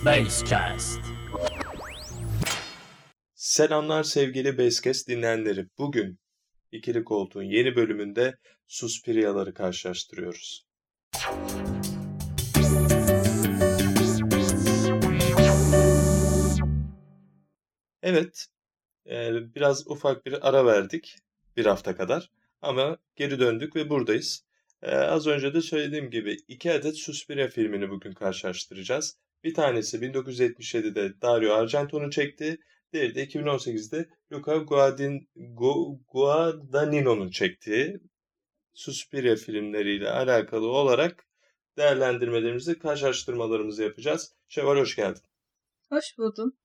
Basecast. Selamlar sevgili Basecast dinleyenleri. Bugün İkili Koltuğun yeni bölümünde Suspiria'ları karşılaştırıyoruz. Evet, biraz ufak bir ara verdik bir hafta kadar ama geri döndük ve buradayız. Az önce de söylediğim gibi 2 adet Suspiria filmini bugün karşılaştıracağız. Bir tanesi 1977'de Dario Argento'nun çektiği, diğeri de 2018'de Luca Guadagnino'nun çektiği Suspiria filmleriyle alakalı olarak değerlendirmelerimizi, karşılaştırmalarımızı yapacağız. Şevval hoş geldin. Hoş buldum.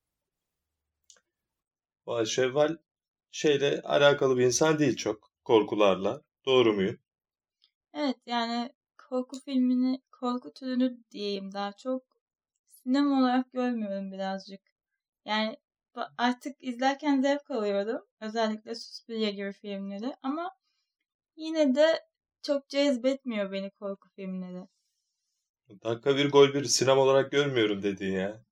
Şevval şeyle alakalı bir insan değil çok. Korkularla. Doğru muyum? Evet, yani korku türünü diyeyim daha çok sinema olarak görmüyorum birazcık. Yani artık izlerken zevk alıyorum. Özellikle Suspiria gibi filmleri ama yine de çok cezbetmiyor beni korku filmleri. Dakika bir gol bir sinema olarak görmüyorum dediğin ya.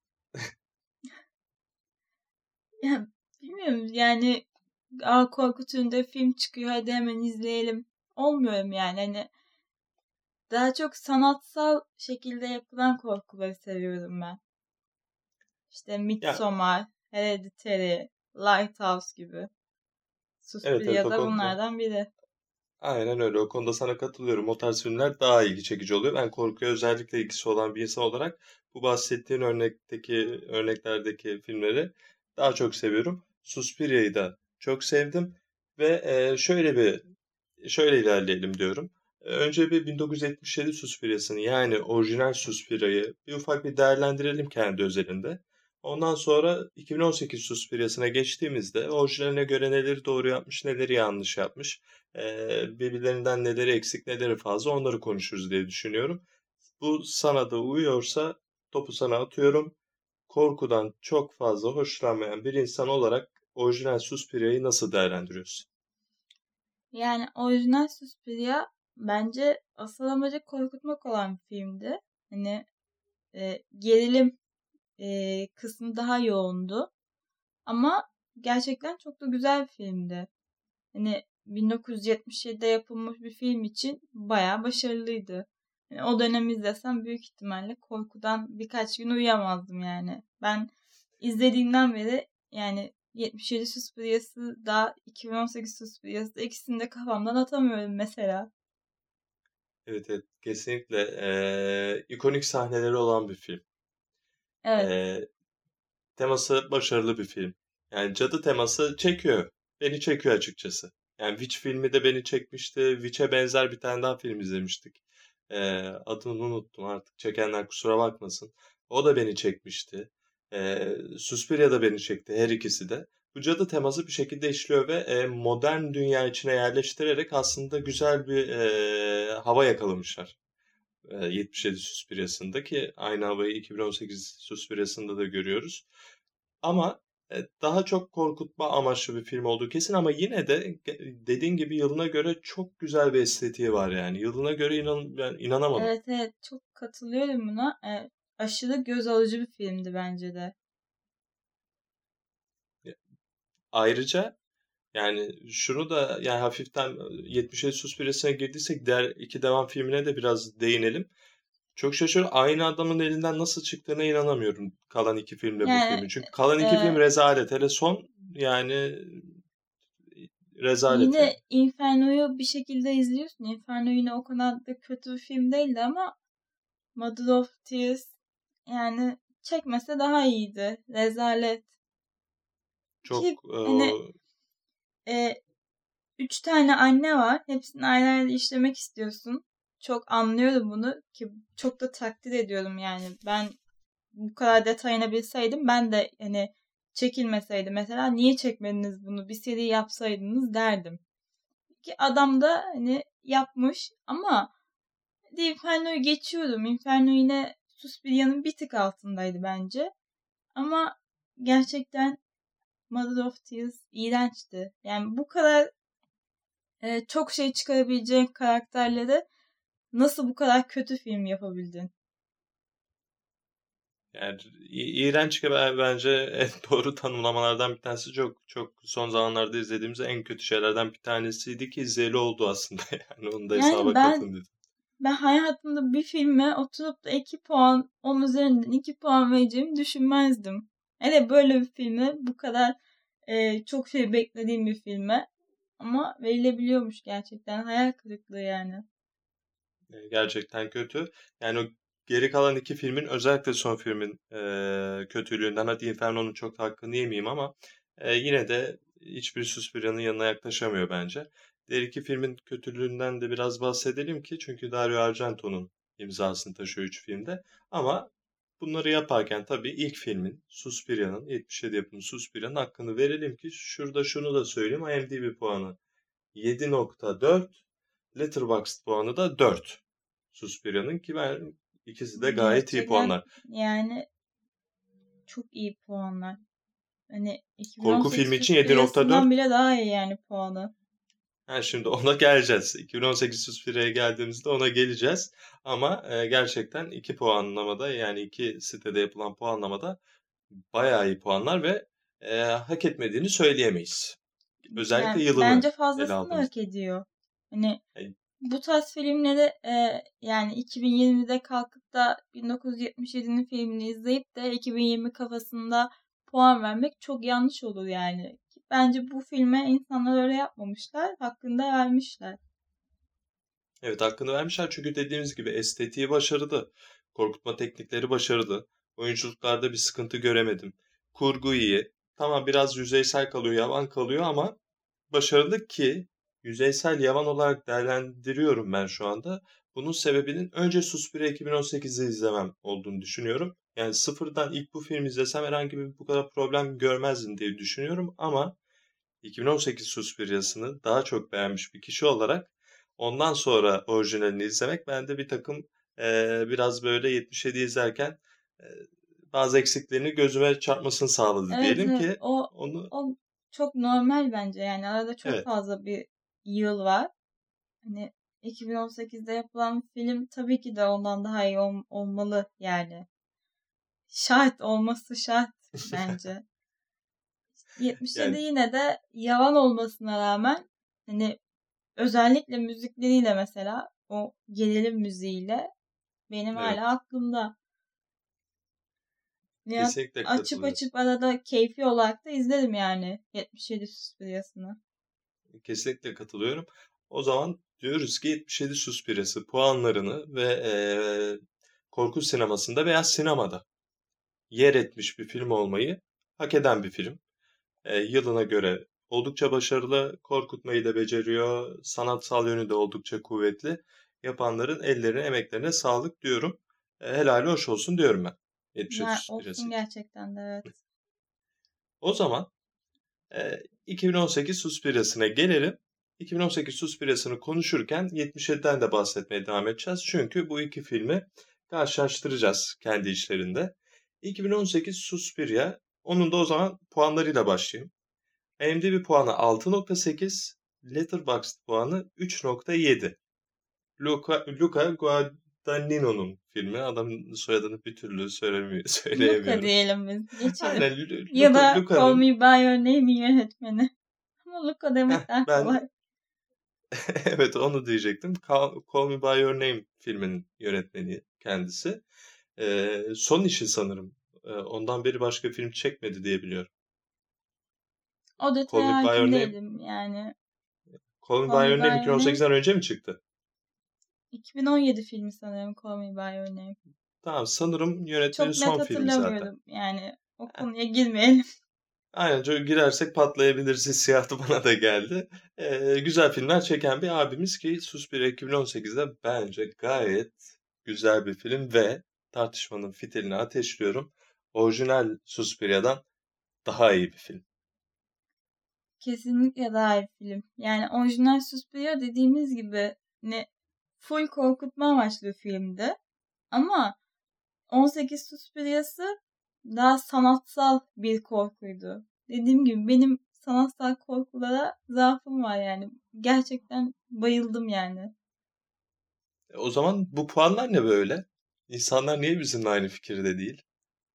Yani bilmiyorum yani korku türünde film çıkıyor hadi hemen izleyelim. Olmuyorum yani hani daha çok sanatsal şekilde yapılan korkuları seviyorum ben. İşte Ya Midsommar, Hereditary, Lighthouse gibi. evet Suspiria o da konuda. bunlardan biri. Aynen öyle. O konuda sana katılıyorum. O tarz filmler daha ilgi çekici oluyor. Ben korkuya özellikle ilgisi olan bir insan olarak bu bahsettiğin örneklerdeki filmleri daha çok seviyorum. Suspiria'yı da çok sevdim ve şöyle ilerleyelim diyorum. Önce bir 1977 Suspiria'sını yani orijinal Suspiria'yı bir ufak bir değerlendirelim kendi özelinde. Ondan sonra 2018 Suspiria'sına geçtiğimizde orijinaline göre neleri doğru yapmış, neleri yanlış yapmış, birbirlerinden neleri eksik, neleri fazla onları konuşuruz diye düşünüyorum. Bu sana da uyuyorsa topu sana atıyorum. Korkudan çok fazla hoşlanmayan bir insan olarak orijinal Suspiria'yı nasıl değerlendiriyorsun? Yani orijinal Suspiria bence asıl amacı korkutmak olan bir filmdi. Hani gerilim kısmı daha yoğundu. Ama gerçekten çok da güzel bir filmdi. Hani 1977'de yapılmış bir film için bayağı başarılıydı. Yani o dönem izlesem büyük ihtimalle korkudan birkaç gün uyuyamazdım yani. Ben izlediğimden beri yani 77 Suspiria'sı da 2018 Suspiria'sı da ikisini de kafamdan atamıyorum mesela. Evet, evet, kesinlikle ikonik sahneleri olan bir film. Evet. Eee, Teması başarılı bir film. Yani cadı teması çekiyor. Beni çekiyor açıkçası. Yani Witch filmi de beni çekmişti. Witch'e benzer bir tane daha film izlemiştik. Adını unuttum artık. Çekenler kusura bakmasın. O da beni çekmişti. Suspiria da beni çekti. Her ikisi de. Bu cadı teması bir şekilde işliyor ve modern dünya içine yerleştirerek aslında güzel bir hava yakalamışlar. 77 Suspiria'sında ki aynı havayı 2018 Suspiria'sında da görüyoruz. Ama daha çok korkutma amaçlı bir film olduğu kesin ama yine de dediğin gibi yılına göre çok güzel bir estetiği var yani. Yılına göre ben inanamadım. Evet, evet, çok katılıyorum buna. Aşırı göz alıcı bir filmdi bence de. Ayrıca yani şunu da yani hafiften 77 Suspiria'sına girdiysek diğer iki devam filmine de biraz değinelim. Çok şaşırıyorum. Aynı adamın elinden nasıl çıktığına inanamıyorum kalan iki filmle bu Yani filmi. Çünkü kalan iki film e, rezalet. Hele son yani rezalet yine yani. Inferno'yu bir şekilde izliyorsun. Inferno yine o kadar da kötü bir film değildi ama Mother of Tears yani çekmese daha iyiydi. Rezalet. Çok Ki hani e, 3 tane anne var. Hepsini ayrı ayrı işlemek istiyorsun. Çok anlıyorum bunu ki çok da takdir ediyorum yani. Ben bu kadar detayını bilseydim ben de hani çekilmeseydi mesela niye çekmediniz bunu bir seri yapsaydınız derdim. Ki adam da hani yapmış ama Inferno'yu geçiyorum. Inferno yine Suspiria'nın bir tık altındaydı bence. Ama gerçekten Mother of Tears iğrençti. Yani bu kadar çok şey çıkarabileceğin karakterlere nasıl bu kadar kötü film yapabildin? Yani iğrenç ki bence en doğru tanımlamalardan bir tanesi, çok çok son zamanlarda izlediğimiz en kötü şeylerden bir tanesiydi ki izleyeli oldu aslında. Yani onu da Yani hesaba katın dedim. ben hayatımda bir filme oturup da 2 puan, 10 üzerinden 2 puan vereceğimi düşünmezdim. Hele böyle bir filme, bu kadar çok şey beklediğim bir filme, ama verilebiliyormuş gerçekten. Hayal kırıklığı yani. Gerçekten kötü. Yani o geri kalan iki filmin, özellikle son filmin kötülüğünden, hadi Inferno'nun çok da hakkını yemeyeyim ama yine de hiçbir Suspiria'nın yanına yaklaşamıyor bence. Diğer iki filmin kötülüğünden de biraz bahsedelim ki, çünkü Dario Argento'nun imzasını taşıyor üç filmde. Ama bunları yaparken tabii ilk filmin, Suspiria'nın, 77 yapımı Suspiria'nın hakkını verelim ki şurada şunu da söyleyeyim: IMDb puanı 7.4, Letterboxd puanı da 4. Suspiria'nın, ki ben ikisi de gayet iyi Gerçekten puanlar. yani çok iyi puanlar. Hani Korku 2018 filmi için Suspiria'sından 7.4. bile daha iyi yani puanı. Ha, şimdi ona geleceğiz. 2018 Suspiria'ya geldiğimizde ona geleceğiz. Ama gerçekten iki puanlamada, yani iki sitede yapılan puanlamada bayağı iyi puanlar ve hak etmediğini söyleyemeyiz. Özellikle Yani yılını bence ele fazlasını hak aldığımızda. ediyor. Hani Yani bu tarz filmleri yani 2020'de kalkıp da 1977'nin filmini izleyip de 2020 kafasında puan vermek çok yanlış olur yani. Bence bu filme insanlar öyle yapmamışlar, hakkında vermişler. evet, hakkını vermişler, çünkü dediğimiz gibi estetiği başarılı. Korkutma teknikleri başarılı. Oyunculuklarda bir sıkıntı göremedim. Kurgu iyi. Tamam, biraz yüzeysel kalıyor, yavan kalıyor ama başarılı, ki yüzeysel yavan olarak değerlendiriyorum ben şu anda. Bunun sebebinin önce Suspiria 2018'de izlemem olduğunu düşünüyorum. Yani sıfırdan ilk bu filmi izlesem herhangi bir bu kadar problem görmezdim diye düşünüyorum ama 2018 Suspiria'sını daha çok beğenmiş bir kişi olarak ondan sonra orijinalini izlemek bende bir takım biraz böyle 77 izlerken eee, bazı eksiklerini gözüme çarpmasını sağladı Evet, diyelim evet. ki O onu, o çok normal bence. Yani arada çok evet. fazla bir yıl var. Hani 2018'de yapılan film tabii ki de ondan daha iyi olmalı yani. Şart olması şart bence. 77 Yani yine de yavan olmasına rağmen, hani özellikle müzikleriyle, mesela o gerilim müziğiyle, benim hala evet, aklımda. Ya kesinlikle açıp katılıyorum. açıp arada keyfi olarak da izlerim yani 77 Suspiria'sını. Kesinlikle katılıyorum. O zaman diyoruz ki 77 Suspiria'sı puanlarını ve korku sinemasında veya sinemada yer etmiş bir film olmayı hak eden bir film. Yılına göre oldukça başarılı, korkutmayı da beceriyor, sanatsal yönü de oldukça kuvvetli. Yapanların ellerine, emeklerine sağlık diyorum. Helali hoş olsun diyorum ben. 77 Ya olsun Suspiria'sı için. gerçekten de, evet. O zaman 2018 Suspiria'sına gelelim. 2018 Suspiria'sını konuşurken 77'den de bahsetmeye devam edeceğiz. Çünkü bu iki filmi karşılaştıracağız kendi içlerinde. 2018 Suspiria, onun da o zaman puanlarıyla başlayayım. IMDb puanı 6.8, Letterboxd puanı 3.7. Luca Guadagnino'nun filmi. Adamın soyadını bir türlü Luca söyleyemiyorum. diyelim biz. Geçelim. Aynen, Ya da Call Luca'nın. Me By Your Name'in yönetmeni. Ama Luca demek daha Ben kolay. evet, onu diyecektim. Call Me By Your Name filminin yönetmeni kendisi. Son işi sanırım. Ondan beri başka film çekmedi diye biliyorum. O Call detaya Me By Your hakim Name, değilim yani. Call Me Call By Me Your Name By Your Name 2018'den önce mi çıktı? 2017 filmi sanırım, Call Me By Your Name. Tamam, sanırım yönetmenin Çok net son filmi zaten. hatırlamıyorum. Yani o konuya girmeyelim. Aynen, çok girersek patlayabiliriz hissiyatı bana da geldi. Güzel filmler çeken bir abimiz, ki Suspiria 2018'de bence gayet güzel bir film ve tartışmanın fitilini ateşliyorum. Orijinal Suspiria'dan daha iyi bir film. Kesinlikle daha iyi film. Yani orijinal Suspiria dediğimiz gibi ne full korkutma amaçlı bir filmdi. Ama 18 Suspiria'sı daha sanatsal bir korkuydu. Dediğim gibi benim sanatsal korkulara zaafım var yani. Gerçekten bayıldım yani. O zaman bu puanlar ne böyle? İnsanlar niye bizimle aynı fikirde değil?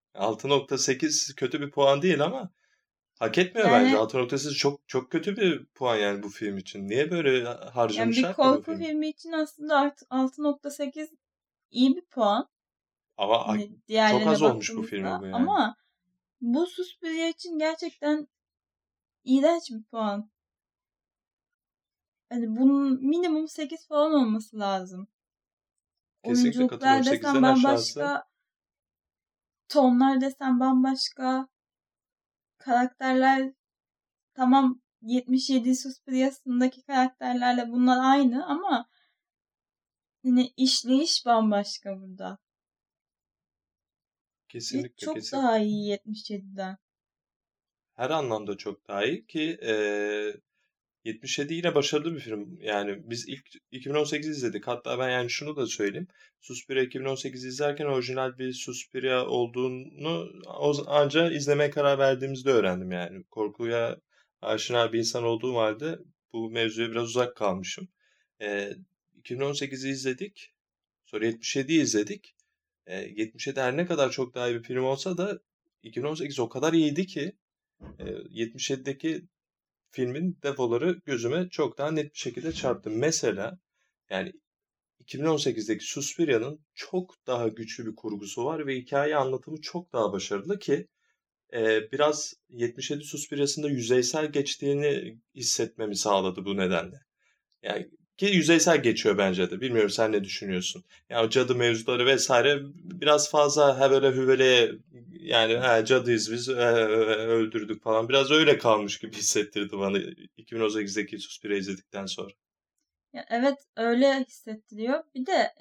6.8 kötü bir puan değil ama hak etmiyor bence. Yani 6.8 çok çok kötü bir puan yani bu film için. Niye böyle bir harcamışlar ki bu korku filmi? filmi için aslında 6.8 iyi bir puan. Ama Hani çok az diğerlerine olmuş bu filmi baktığımızda bu yani. ama bu Suspiria için gerçekten iğrenç bir puan. Hani bunun minimum 8 falan olması lazım. Kesinlikle Oyunculuklar katılıyorum. desem 8'den aşağısı bambaşka, tonlar desem bambaşka, karakterler tamam 77 Suspiria'sındaki karakterlerle bunlar aynı ama hani işleyiş bambaşka burada. Ve kesinlikle çok daha kesinlikle. iyi 77'den. Her anlamda çok daha iyi ki 77 yine başarılı bir film. Yani biz ilk 2018 izledik. Hatta ben yani şunu da söyleyeyim. Suspiria 2018 izlerken orijinal bir Suspiria olduğunu anca izlemeye karar verdiğimizde öğrendim yani. Korkuya aşina bir insan olduğum halde bu mevzuya biraz uzak kalmışım. Eee 2018'i izledik. Sonra 77'yi izledik. 77 her ne kadar çok daha iyi bir film olsa da 2018 o kadar iyiydi ki 77'deki filmin defoları gözüme çok daha net bir şekilde çarptı. Mesela yani 2018'deki Suspiria'nın çok daha güçlü bir kurgusu var ve hikaye anlatımı çok daha başarılı ki biraz 77 Suspiria'sında yüzeysel geçtiğini hissetmemi sağladı bu nedenle. Yani ki yüzeysel geçiyor bence de. Bilmiyorum sen ne düşünüyorsun? Ya o cadı mevzuları vesaire biraz fazla ha böyle hüveleye yani ha cadıyız biz öldürdük falan. Biraz öyle kalmış gibi hissettirdi bana 2018'deki Suspiria izledikten sonra. Ya evet öyle hissettiriyor. Bir de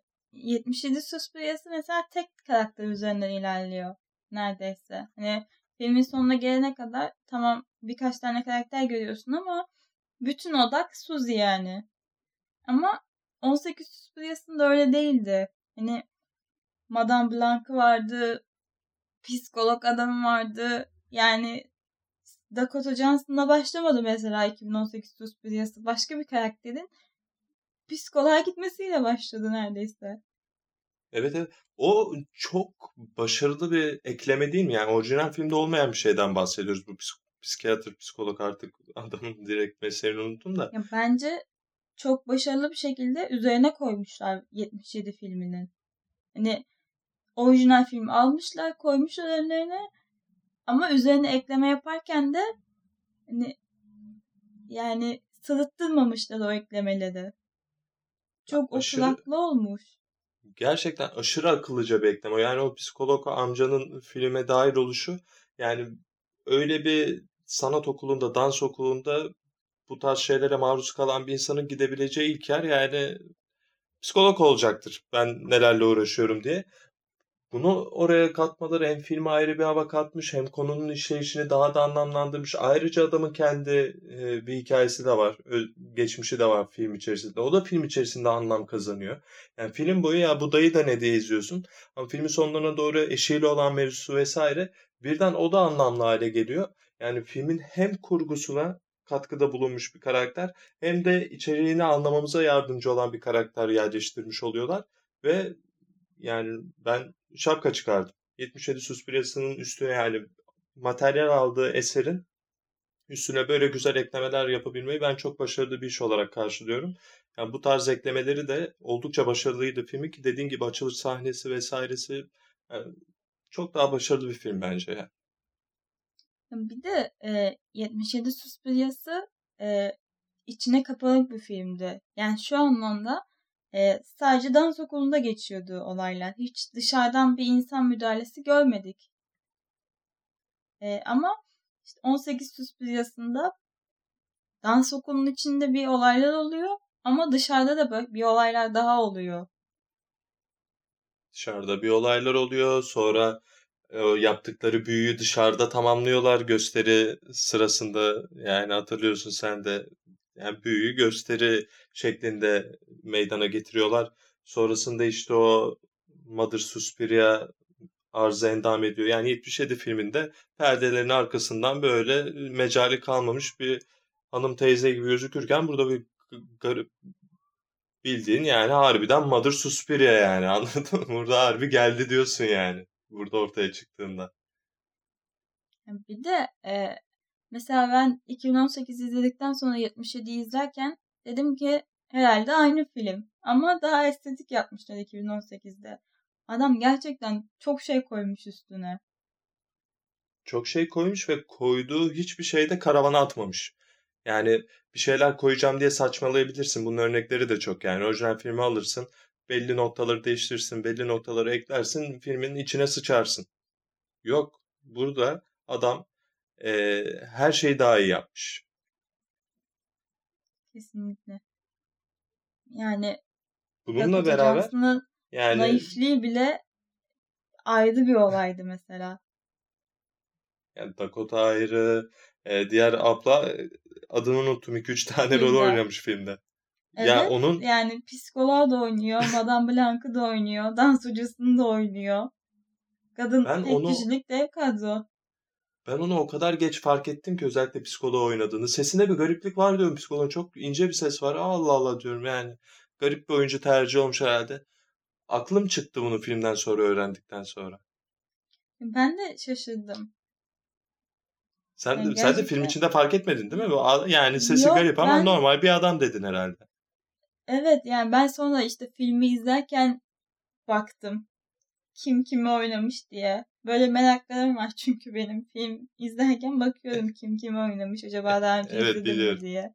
77 Suspiria'sı mesela tek karakter üzerinden ilerliyor neredeyse. Hani filmin sonuna gelene kadar tamam birkaç tane karakter görüyorsun ama bütün odak Suzy yani. Ama 18 Suspiria'sında öyle değildi. Hani Madame Blanc'ı vardı, psikolog adamı vardı. Yani Dakota Johnson'la başlamadı mesela 2018 Suspiria'sı. Başka bir karakterin psikoloğa gitmesiyle başladı neredeyse. Evet, evet. O çok başarılı bir ekleme değil mi? Yani orijinal filmde olmayan bir şeyden bahsediyoruz. Bu psikiyatr, psikolog artık adamın direkt mesleğini unuttum da. Ya bence çok başarılı bir şekilde üzerine koymuşlar 77 filminin. Hani orijinal film almışlar, koymuşlar önlerine ama üzerine ekleme yaparken de hani yani sırıttırmamışlar o eklemeleri. Çok Aşırı oturaklı olmuş. Gerçekten aşırı akıllıca bir ekleme. Yani o psikolog amcanın filme dahil oluşu yani öyle bir sanat okulunda, dans okulunda bu tarz şeylere maruz kalan bir insanın gidebileceği ilk yer yani psikolog olacaktır. Ben nelerle uğraşıyorum diye. Bunu oraya katmaları hem filme ayrı bir hava katmış hem konunun işleyişini daha da anlamlandırmış. Ayrıca adamın kendi bir hikayesi de var. Geçmişi de var film içerisinde. O da film içerisinde anlam kazanıyor. Yani film boyu ya bu dayı da ne diye izliyorsun. Ama filmin sonlarına doğru eşiyle olan mevzusu vesaire birden o da anlamlı hale geliyor. Yani filmin hem kurgusuna katkıda bulunmuş bir karakter hem de içeriğini anlamamıza yardımcı olan bir karakter yerleştirmiş oluyorlar. Ve yani ben şapka çıkardım. 77 Suspiria'sının üstüne yani materyal aldığı eserin üstüne böyle güzel eklemeler yapabilmeyi ben çok başarılı bir iş olarak karşılıyorum. Yani bu tarz eklemeleri de oldukça başarılıydı filmi ki dediğin gibi açılış sahnesi vesairesi yani çok daha başarılı bir film bence ya. Bir de 77 Suspiria'sı e, içine kapanık bir filmdi. Yani şu anlamda sadece dans okulunda geçiyordu olaylar. Hiç dışarıdan bir insan müdahalesi görmedik. Ama işte 18 Suspiria'sında dans okulunun içinde bir olaylar oluyor ama dışarıda da bir olaylar daha oluyor. Dışarıda bir olaylar oluyor. Sonra o yaptıkları büyüyü dışarıda tamamlıyorlar gösteri sırasında. Yani hatırlıyorsun sen de. Yani büyüyü gösteri şeklinde meydana getiriyorlar. Sonrasında işte o Mother Suspiria arıza endam ediyor. Yani 77 filminde perdelerin arkasından böyle mecali kalmamış bir hanım teyze gibi gözükürken burada bir garip bildiğin yani harbiden Mother Suspiria yani anladın mı? Burada harbi geldi diyorsun yani. burada ortaya çıktığında. Bir de mesela ben 2018 izledikten sonra 77'yi izlerken dedim ki herhalde aynı film. Ama daha estetik yapmışlar 2018'de. Adam gerçekten çok şey koymuş üstüne. Çok şey koymuş ve koyduğu hiçbir şeyde karavana atmamış. Yani bir şeyler koyacağım diye saçmalayabilirsin. Bunun örnekleri de çok yani. Orijinal filmi alırsın, belli noktaları değiştirirsin, belli noktaları eklersin, filmin içine sıçarsın. Yok, burada adam her şeyi daha iyi yapmış. Kesinlikle. Yani Bununla Dakota beraber Johnson'ın yani, naifliği bile ayrı bir olaydı mesela. yani Dakota ayrı, diğer abla adını unuttum, 2-3 tane rol Hilda. oynamış filmde. Ya Evet, onun yani psikoloğu da oynuyor, Madame Blanc'ı da oynuyor, dans hocasını da oynuyor. Kadın ben tek onu kişilik dev kadro. ben onu o kadar geç fark ettim ki, özellikle psikoloğu oynadığını. Sesinde bir gariplik var diyorum psikoloğun. Çok ince bir ses var. Allah Allah diyorum yani. Garip bir oyuncu tercih olmuş herhalde. Aklım çıktı bunu filmden sonra öğrendikten sonra. Ben de şaşırdım. Yani Sen de film gerçekten içinde fark etmedin değil mi? Yani sesi yok garip ama ben normal bir adam dedin herhalde. evet yani ben sonra işte filmi izlerken baktım kim kimi oynamış diye. Böyle meraklarım var çünkü benim film izlerken bakıyorum kim kimi oynamış acaba daha önce Evet, izledim mi biliyorum. diye.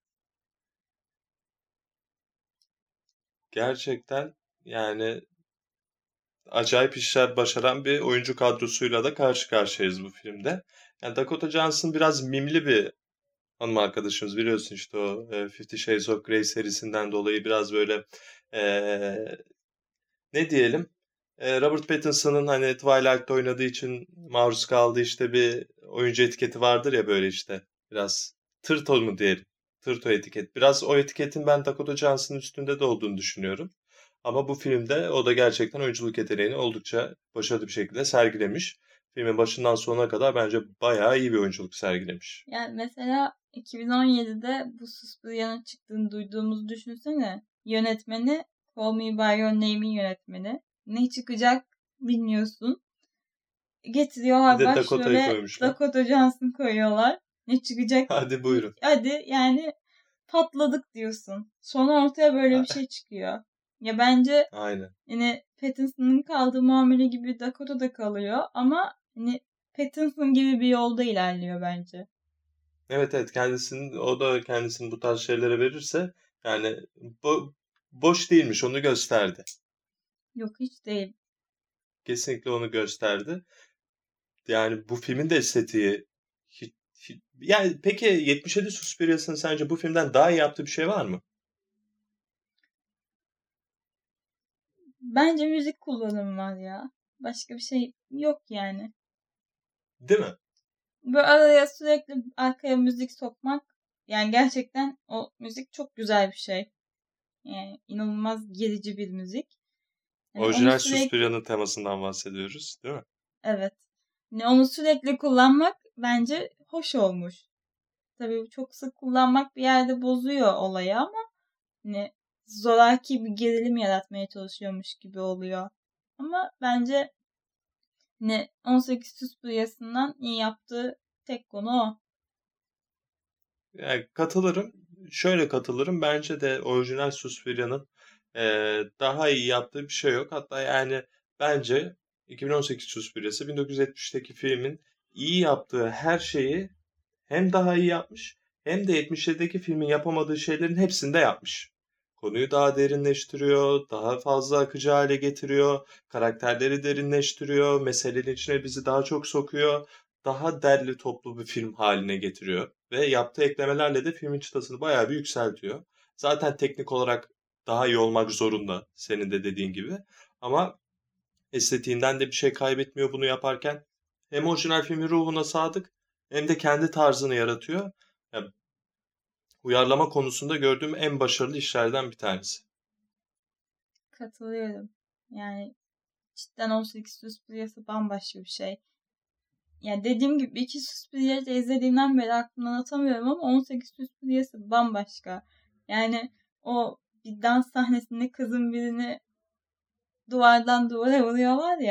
Gerçekten yani acayip işler başaran bir oyuncu kadrosuyla da karşı karşıyayız bu filmde. Yani Dakota Johnson biraz mimli bir hanım arkadaşımız, biliyorsun işte o Fifty Shades of Grey serisinden dolayı biraz böyle e, ne diyelim, Robert Pattinson'ın hani Twilight'te oynadığı için maruz kaldığı işte bir oyuncu etiketi vardır ya, böyle işte biraz tırto mu diyelim, tırto etiket, biraz o etiketin ben Dakota Johnson'ın üstünde de olduğunu düşünüyorum. Ama bu filmde o da gerçekten oyunculuk yeteneğini oldukça başarılı bir şekilde sergilemiş. Filmin başından sonuna kadar bence bayağı iyi bir oyunculuk sergilemiş. Yani mesela 2017'de bu Suspiria'nın çıktığını duyduğumuzu düşünsene. Yönetmeni Call Me By Your Name'in yönetmeni. Ne çıkacak bilmiyorsun. Bir Getiriyorlar de Dakota'yı başrole koymuşlar. Dakota Johnson koyuyorlar. Ne çıkacak? Hadi buyurun. Hadi yani patladık diyorsun. Sonra ortaya böyle bir şey çıkıyor. Ya bence Aynen. yani Pattinson'ın kaldığı muamele gibi Dakota da kalıyor ama hani Pattinson gibi bir yolda ilerliyor bence. Evet, evet, o da kendisini bu tarz şeylere verirse yani boş değilmiş, onu gösterdi. Yok hiç değil. Kesinlikle onu gösterdi. Yani bu filmin de estetiği yani peki 77 Suspiria'sının sence bu filmden daha iyi yaptığı bir şey var mı? Bence müzik kullanımı var ya. Başka bir şey yok yani. Değil mi? Böyle araya sürekli arkaya müzik sokmak yani gerçekten o müzik çok güzel bir şey. Yani inanılmaz gerici bir müzik. Yani onu Orijinal sürekli Suspiria'nın temasından bahsediyoruz, değil mi? evet. Yani onu sürekli kullanmak bence hoş olmuş. Tabii çok sık kullanmak bir yerde bozuyor olayı ama hani zoraki bir gerilim yaratmaya çalışıyormuş gibi oluyor. Ama bence ne 18 Süs Pırası'ndan iyi yaptığı tek konu o. Yani katılırım. Şöyle katılırım. Bence de orijinal Suspiria'nın daha iyi yaptığı bir şey yok. Hatta yani bence 2018 Suspiria'sı 1970'teki filmin iyi yaptığı her şeyi hem daha iyi yapmış, hem de 77'deki filmin yapamadığı şeylerin hepsini de yapmış. Konuyu daha derinleştiriyor, daha fazla akıcı hale getiriyor, karakterleri derinleştiriyor, meselenin içine bizi daha çok sokuyor, daha derli toplu bir film haline getiriyor. Ve yaptığı eklemelerle de filmin çıtasını bayağı bir yükseltiyor. Zaten teknik olarak daha iyi olmak zorunda, senin de dediğin gibi. Ama estetiğinden de bir şey kaybetmiyor bunu yaparken. Hem orijinal filmin ruhuna sadık, hem de kendi tarzını yaratıyor. Ya, uyarlama konusunda gördüğüm en başarılı işlerden bir tanesi. Katılıyorum. Yani cidden 18 Süs Pırası bambaşka bir şey. Yani dediğim gibi iki Süs Pırası izlediğimden beri aklımdan atamıyorum ama 18 Süs Pırası bambaşka. Yani o bir dans sahnesinde kızın birini duvardan duvara vuruyorlar ya.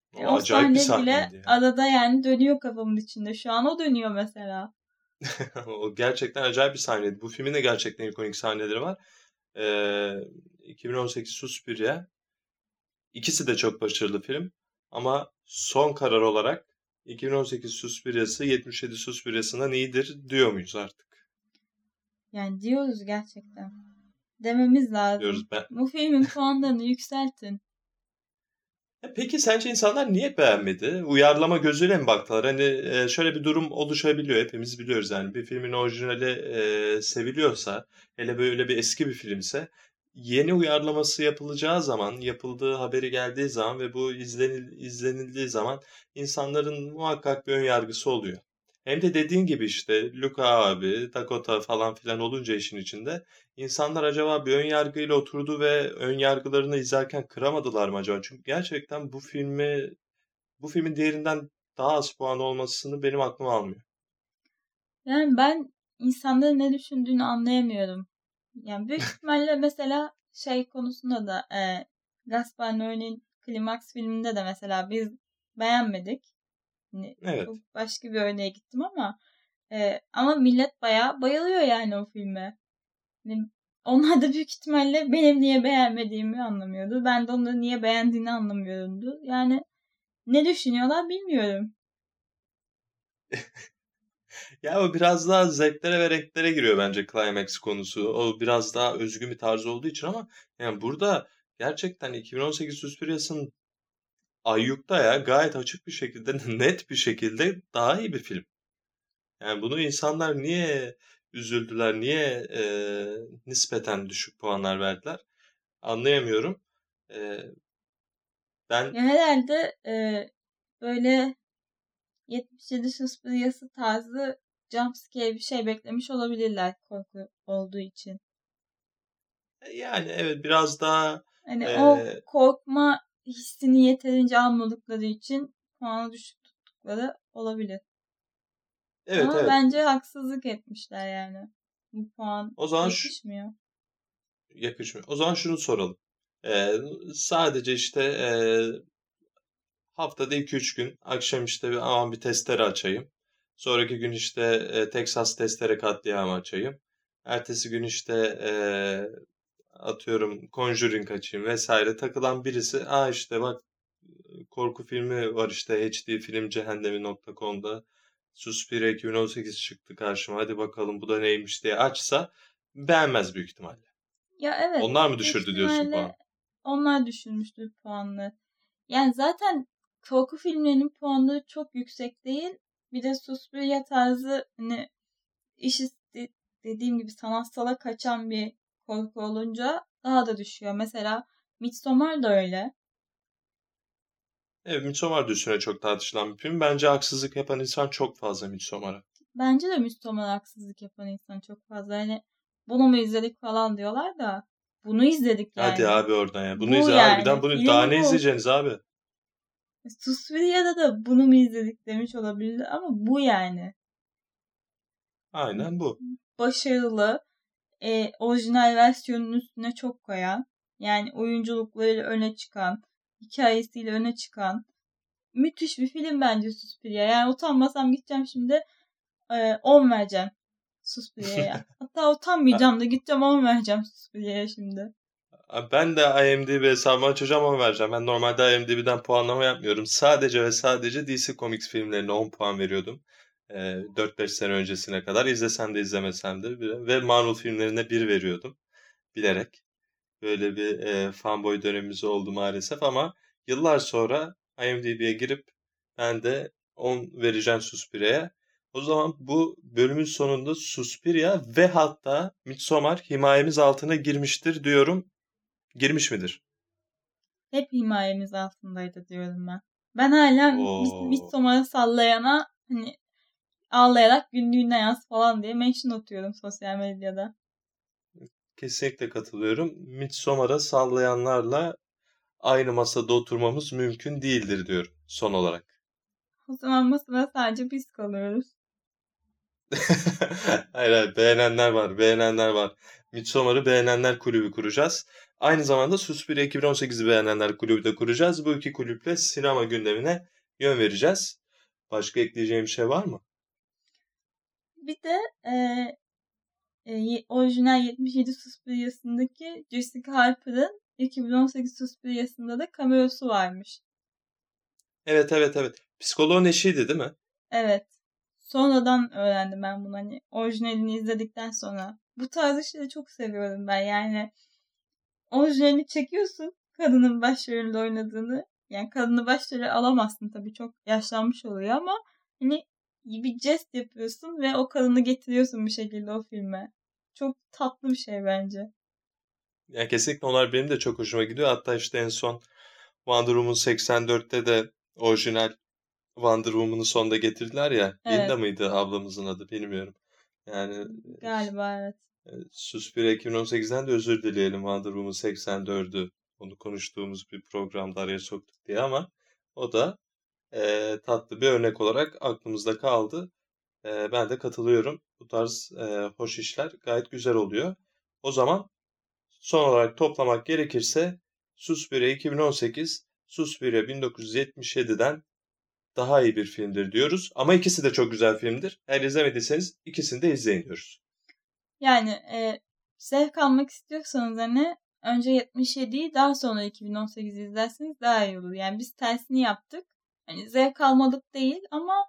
O O acayip bir sahne bile sahneydi ya. arada yani dönüyor kafamın içinde. Şu an o dönüyor mesela. O gerçekten acayip bir sahneydi. Bu filmin de gerçekten ikonik sahneleri var. Ee, 2018 Suspiria. İkisi de çok başarılı film. Ama son karar olarak 2018 Suspiria'sı 77 Suspiria'sından iyidir diyor muyuz artık? Yani diyoruz gerçekten. Dememiz lazım. Diyoruz. Bu filmin puanlarını yükseltin. Peki sence insanlar niye beğenmedi? Uyarlama gözüyle mi baktılar? Hani şöyle bir durum oluşabiliyor. Hepimiz biliyoruz yani. Bir filmin orijinali seviliyorsa, hele böyle bir eski bir filmse, yeni uyarlaması yapılacağı zaman, yapıldığı haberi geldiği zaman ve bu izlenildiği zaman insanların muhakkak bir ön yargısı oluyor. Hem de dediğin gibi işte Luca abi, Dakota falan filan olunca işin içinde İnsanlar acaba bir ön yargıyla oturdu ve ön yargılarını izlerken kıramadılar mı acaba? Çünkü gerçekten bu filmin diğerinden daha az puan olmasını benim aklım almıyor. Yani ben insanların ne düşündüğünü anlayamıyorum. Yani büyük ihtimalle mesela şey konusunda da Gaspar Noé'nin Climax filminde de mesela biz beğenmedik. Hani Evet. çok başka bir örneğe gittim ama millet bayağı bayılıyor yani o filme. Hani onlar da büyük ihtimalle benim niye beğenmediğimi anlamıyordu. Ben de onların niye beğendiğini anlamıyordu. Yani ne düşünüyorlar bilmiyorum. Ya o biraz daha zevklere ve renklere giriyor bence Climax konusu. O biraz daha özgün bir tarz olduğu için ama yani burada gerçekten 2018 Suspiria'sın Ayyuk'ta ya gayet açık bir şekilde, net bir şekilde daha iyi bir film. Yani bunu insanlar niye üzüldüler, niye nispeten düşük puanlar verdiler anlayamıyorum. Eee, ben Ya herhalde böyle 77 Suspiria'sı tarzı jumpscare bir şey beklemiş olabilirler korku olduğu için. yani evet biraz daha Hani o eee, korkma hissini yeterince almadıkları için puanı düşük tuttukları olabilir. evet Ama evet bence haksızlık etmişler yani. Bu puan o zaman yakışmıyor. yakışmıyor. O zaman şunu soralım. Sadece işte haftada 2-3 gün akşam işte aman bir testere açayım. Sonraki gün işte Texas testere katliamı açayım. Ertesi gün işte atıyorum Conjuring açayım vesaire takılan birisi işte bak korku filmi var işte HD film cehennemi.com'da Suspiria 2018 çıktı karşıma hadi bakalım bu da neymiş diye açsa beğenmez büyük ihtimalle. Ya evet, Onlar mı büyük düşürdü diyorsun ihtimalle puan? onlar düşürmüştür puanını. Yani zaten korku filmlerinin puanları çok yüksek değil. Bir de Suspiria tarzı hani dediğim gibi sanatsala kaçan bir korku olunca daha da düşüyor. Mesela Midsommar da öyle. Evet, Midsommar da üstüne çok tartışılan bir film. Bence haksızlık yapan insan çok fazla Midsommar'a. Bence de Midsommar haksızlık yapan insan çok fazla. Yani bunu mu izledik falan diyorlar da bunu izledik Hadi yani. abi oradan ya. Bunu Bu izle harbiden yani. bunu daha Film ne bu. izleyeceksiniz abi? Suspiria'da da bunu mu izledik demiş olabilir ama bu yani. Aynen bu. Başarılı, orijinal versiyonun üstüne çok koyan, yani oyunculuklarıyla öne çıkan, hikayesiyle öne çıkan müthiş bir film bence Suspiria. Yani utanmasam gideceğim şimdi 10 vereceğim Suspiria'ya. Hatta utanmayacağım da gideceğim 10 vereceğim Suspiria'ya şimdi. Ben de IMDb hesabımı açacağım ama vereceğim. Ben normalde IMDb'den puanlama yapmıyorum. Sadece ve sadece DC Comics filmlerine 10 puan veriyordum. 4-5 sene öncesine kadar. İzlesem de izlemesem de. Ve Marvel filmlerine bir veriyordum. Bilerek. Böyle bir fanboy dönemimiz oldu maalesef ama yıllar sonra IMDb'ye girip ben de 10 vereceğim Suspiria'ya. O zaman bu bölümün sonunda Suspiria ve hatta Midsommar himayemiz altına girmiştir diyorum. Girmiş midir? Hep himayemiz altındaydı diyorum ben. Ben hala Oo, Midsommar'ı sallayana hani ağlayarak günlüğüne yaz falan diye mention atıyorum sosyal medyada. kesinlikle katılıyorum. Midsommar'a sallayanlarla aynı masada oturmamız mümkün değildir diyorum son olarak. O zaman masada sadece biz kalıyoruz. Hayır, hayır beğenenler var, beğenenler var. Midsommar'ı beğenenler kulübü kuracağız. Aynı zamanda Suspiria 2018'i beğenenler kulübü de kuracağız. Bu iki kulüple sinema gündemine yön vereceğiz. Başka ekleyeceğim bir şey var mı? Bir de orijinal 77 Suspiria'sındaki Jessica Harper'ın 2018 Suspiria'sında da cameo'su varmış. Evet. Psikoloğun eşiydi değil mi? Evet. Sonradan öğrendim ben bunu, hani orijinalini izledikten sonra. Bu tarz işleri çok seviyorum ben. Yani orijinalini çekiyorsun, kadının başrolünde oynadığını. Yani kadını başrolü alamazsın tabii, çok yaşlanmış oluyor ama hani bir jest yapıyorsun ve o kadını getiriyorsun bir şekilde o filme. Çok tatlı bir şey bence. Yani kesinlikle onlar benim de çok hoşuma gidiyor. Hatta işte en son Wonder Woman 84'te de orijinal Wonder Woman'ı sonunda getirdiler ya. Evet, Linda mıydı ablamızın adı bilmiyorum. Yani galiba evet. Suspiria 2018'den de özür dileyelim, Wonder Woman 84'ü. Onu konuştuğumuz bir programda araya soktuk diye ama o da tatlı bir örnek olarak aklımızda kaldı. Ben de katılıyorum. Bu tarz hoş işler gayet güzel oluyor. O zaman son olarak toplamak gerekirse Suspiria 2018, Suspiria 1977'den daha iyi bir filmdir diyoruz. Ama ikisi de çok güzel filmdir. Eğer izlemediyseniz ikisini de izleyin diyoruz. Yani zevk almak istiyorsanız hani önce 77'yi daha sonra 2018'i izlerseniz daha iyi olur. Yani biz tersini yaptık. Hani zevk almadık değil ama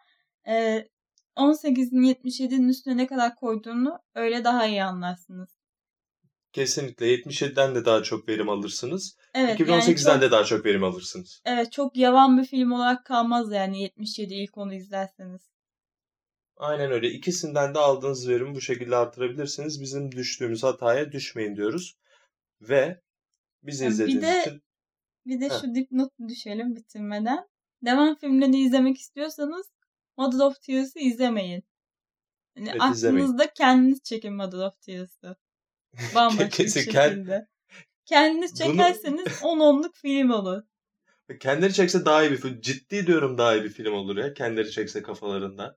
18'in 77'nin üstüne ne kadar koyduğunu öyle daha iyi anlarsınız. Kesinlikle 77'den de daha çok verim alırsınız. Evet yani 2018'den de daha çok verim alırsınız. çok yavan bir film olarak kalmaz yani 77 ilk onu izlerseniz. Aynen öyle. İkisinden de aldığınız verimi bu şekilde artırabilirsiniz. Bizim düştüğümüz hataya düşmeyin diyoruz. Ve bizi Yani izlediğiniz için bir de heh, şu dipnotu düşelim bitirmeden. Devam filmlerini izlemek istiyorsanız Mother of Tears'ı izlemeyin. Yani evet izlemeyin. aklınızda kendiniz çekin Mother of Tears'ı. Bambaşka bir Kesin şekilde. Kendiniz bunu çekerseniz 10-10'luk film olur. kendileri çekse daha iyi bir film. Ciddi diyorum, daha iyi bir film olur ya. Kendileri çekse kafalarında.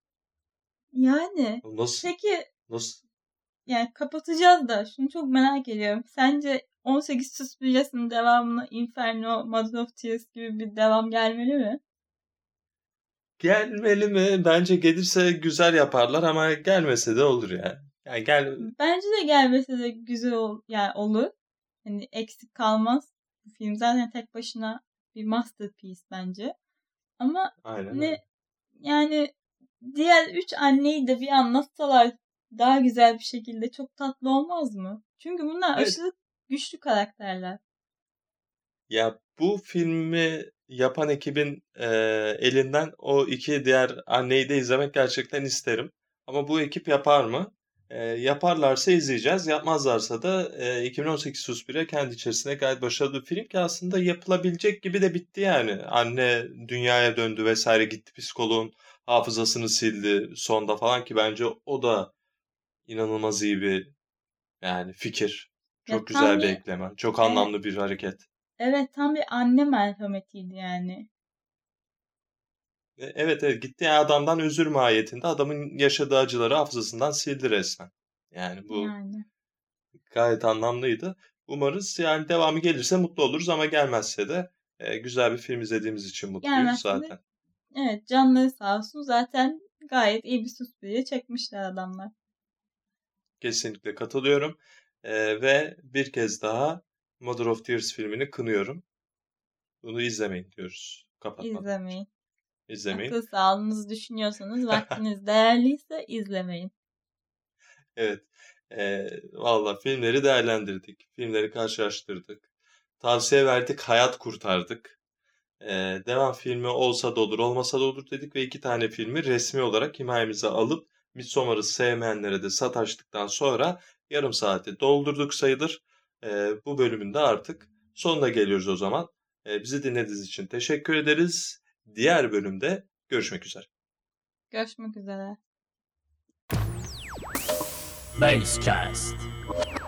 Yani Nasıl? peki, Nasıl? yani kapatacağız da şunu çok merak ediyorum. Sence 18 Suspiria'sının devamına Inferno, Mother of Tears gibi bir devam gelmeli mi? Gelmeli mi? Bence gelirse güzel yaparlar ama gelmese de olur ya. Yani Bence de gelmese de güzel yani olur. Hani eksik kalmaz. Bu film zaten tek başına bir masterpiece bence. Ama aynen öyle. ne yani, diğer 3 anneyi de bir anlatsalar daha güzel bir şekilde çok tatlı olmaz mı? Çünkü bunlar Evet. aşırı güçlü karakterler. Ya bu filmi yapan ekibin elinden o iki diğer anneyi de izlemek gerçekten isterim. Ama bu ekip yapar mı? Yaparlarsa izleyeceğiz. Yapmazlarsa da 2018 Suspiria kendi içerisinde gayet başarılı bir film ki aslında yapılabilecek gibi de bitti yani. Anne dünyaya döndü vesaire, gitti psikoloğun hafızasını sildi sonda falan ki bence o da inanılmaz iyi bir yani fikir. Ya Çok tam güzel bir bir ekleme. Çok e, anlamlı bir hareket. evet, tam bir anne merhametiydi yani. Evet, gitti yani adamdan özür mahiyetinde adamın yaşadığı acıları hafızasından sildi resmen. Yani bu Yani. gayet anlamlıydı. Umarız yani devamı gelirse mutlu oluruz ama gelmezse de güzel bir film izlediğimiz için mutluyuz Gelmezse de zaten. evet, canları sağ olsun, zaten gayet iyi bir Suspiria çekmişler adamlar. Kesinlikle katılıyorum. Ve bir kez daha Mother of Tears filmini kınıyorum. Bunu izlemeyin diyoruz kapatmadan önce. İzlemeyin. İzlemeyin. Akıl sağlığınızı düşünüyorsanız, vaktiniz değerliyse izlemeyin. Evet. Valla filmleri değerlendirdik. Filmleri karşılaştırdık. Tavsiye verdik, hayat kurtardık. Devam filmi olsa da olur, olmasa da olur dedik ve iki tane filmi resmi olarak himayemize alıp Midsommar'ı sevmeyenlere de sataştıktan sonra yarım saati doldurduk sayılır. Bu bölümün de artık sonuna geliyoruz o zaman. Bizi dinlediğiniz için teşekkür ederiz. Diğer bölümde görüşmek üzere. Görüşmek üzere. Basecast.